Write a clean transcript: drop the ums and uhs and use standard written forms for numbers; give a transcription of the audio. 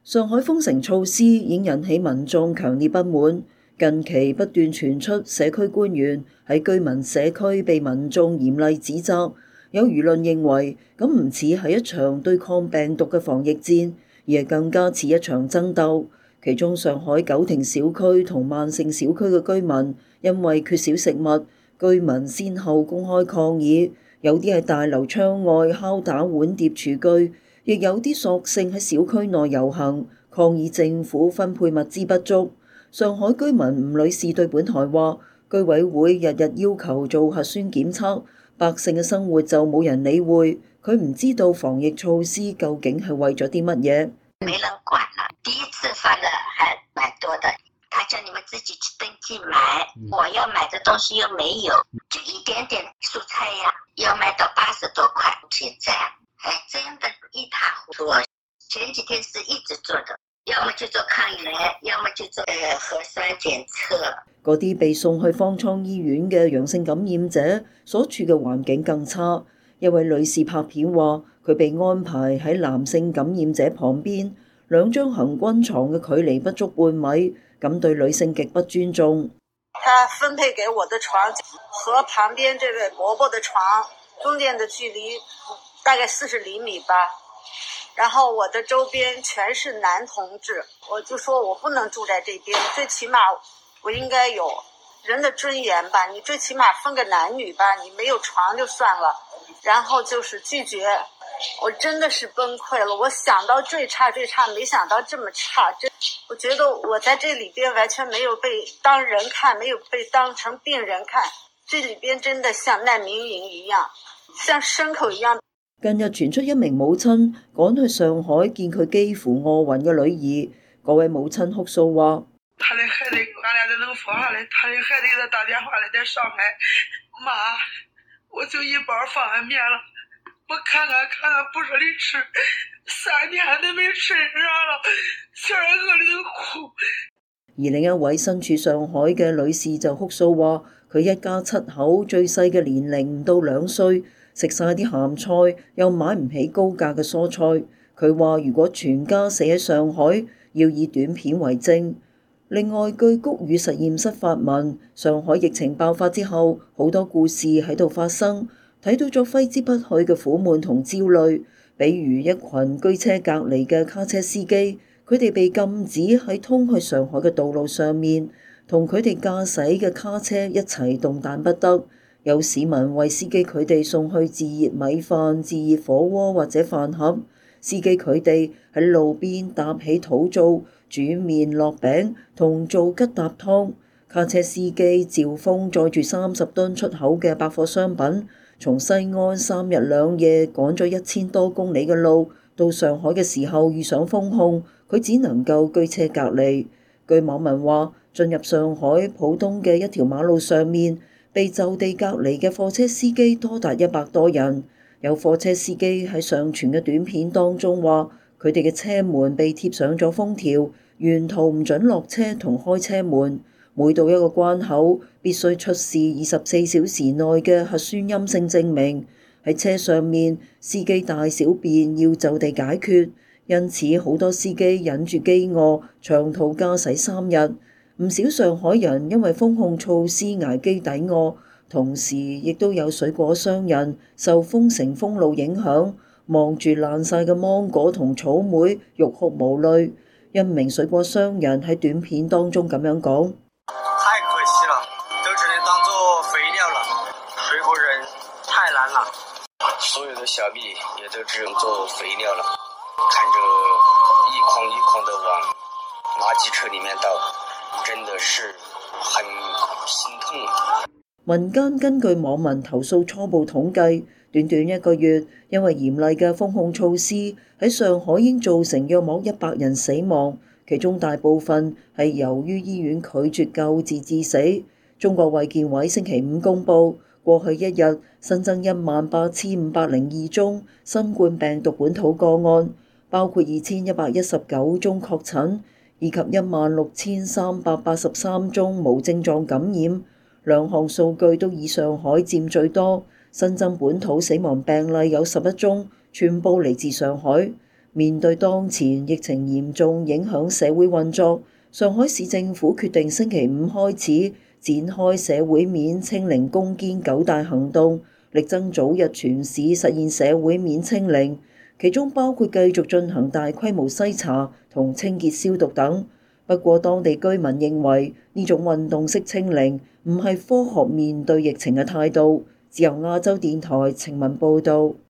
上海封城措施已經引起民眾強烈不滿，近期不斷傳出社區官員喺居民社區被民眾嚴厲指責，有輿論認為咁唔似係一場對抗病毒嘅防疫戰，而係更加似一場爭鬥。其中上海九亭小區同萬盛小區嘅居民因為缺少食物，居民先後公開抗議，有啲喺大樓窗外敲打碗碟廚具，亦有啲索性喺小區內遊行，抗議政府分配物資不足。上海居民吳女士對本台話，居委會日日要求做核酸檢測，百姓嘅生活就冇人理會，佢唔知道防疫措施究竟係為咗啲乜嘢。 沒人管了，第一次發的還蠻多的，他叫你們自己去登記買，我要買的東西又沒有，就一點點蔬菜呀，要賣到80多塊，現在這樣的一塌糊塗。前幾天是一直做的，要麼就做抗原，要麼就做核酸檢測。 嗰啲被送去方艙醫院嘅陽性感染者所處嘅環境更差。一位女士拍片話，佢被安排喺男性感染者旁邊，2張行軍床嘅距離不足半米，咁對女性極不尊重。 他分配給我的床和旁邊這位伯伯的床中間的距離大概40厘米吧，然後我的周邊全是男同志，我就說我不能住在這邊，最起碼我應該有人的尊嚴吧，你最起碼分個男女吧，你沒有床就算了，然後就是拒絕。我真的是崩潰了，我想到最差，沒想到這麼差，我覺得我在這裏邊完全沒有被當人看，沒有被當成病人看，這裏邊真的像難民營一樣，像牲口一樣。 近日傳出一名母親趕去上海見佢幾乎餓暈嘅女兒，嗰位母親哭訴話： 他的孩子，俺倆都能放下來，他的孩子給他打電話來在上海，媽，我就一包方便麵了，我看看不說你吃，3天都沒吃啥了，小孩餓得都哭。 而另一位身處上海嘅女士就哭訴話，佢一家7口最細嘅年齡唔到2歲，食晒啲鹹菜，又買唔起高價嘅蔬菜。佢話如果全家死喺上海，要以短片為證。另外，據谷雨實驗室發文，上海疫情爆發之後，好多故事喺度發生，睇到咗揮之不去嘅苦悶同焦慮。比如一群居車隔離嘅卡車司機，佢哋被禁止喺通去上海嘅道路上面，同佢哋駕駛嘅卡車一齊動彈不得。有市民為司機佢哋送去自熱米飯、自熱火鍋或者飯盒，司機佢哋喺路邊搭起土灶煮麵落餅同做吉搭湯。卡車司機趙峰載住30噸出口嘅百貨商品，從西安3日2夜趕咗1000多公里嘅路，到上海嘅時候遇上封控，佢只能夠居車隔離。據網民話，進入上海浦東嘅一條馬路上面，被就地隔離嘅貨車司機多達100多人。有貨車司機喺上傳嘅短片當中話，佢哋嘅車門被貼上咗封條，沿途唔准落車同開車門。每到一個關口，必須出示24小時內嘅核酸陰性證明。喺車上面，司機大小便要就地解決，因此好多司機忍住飢餓，長途駕駛3日。唔少上海人因為封控措施捱飢抵餓，同時亦都有水果商人受封城封路影響，望住爛晒嘅芒果同草莓，欲哭無淚。一名水果商人喺短片當中咁樣講： 太可惜了，都只能當做肥料了，水果人太難了，所有的小米也都只能做肥料了，看着一筐一筐的往垃圾車裡面倒，真的是很心痛。 民間根據網民投訴初步統計，短短1個月，因為嚴厲嘅封控措施，喺上海已經造成約莫100人死亡，其中大部分係由於醫院拒絕救治致死。中國衛健委星期5公佈，過去一日新增18502宗新冠病毒本土個案，包括2119宗確診，以及16383宗無症狀感染。兩項數據都以上海佔最多。新增本土死亡病例有11宗，全部嚟自上海。 面對當前疫情嚴重影響社會運作，上海市政府決定星期5開始展開社會面清零攻堅9大行動，力爭早日全市實現社會面清零，其中包括繼續進行大規模篩查同清潔消毒等。不過，當地居民認為呢種運動式清零唔係科學面對疫情嘅態度。自由亞洲電台程文報導。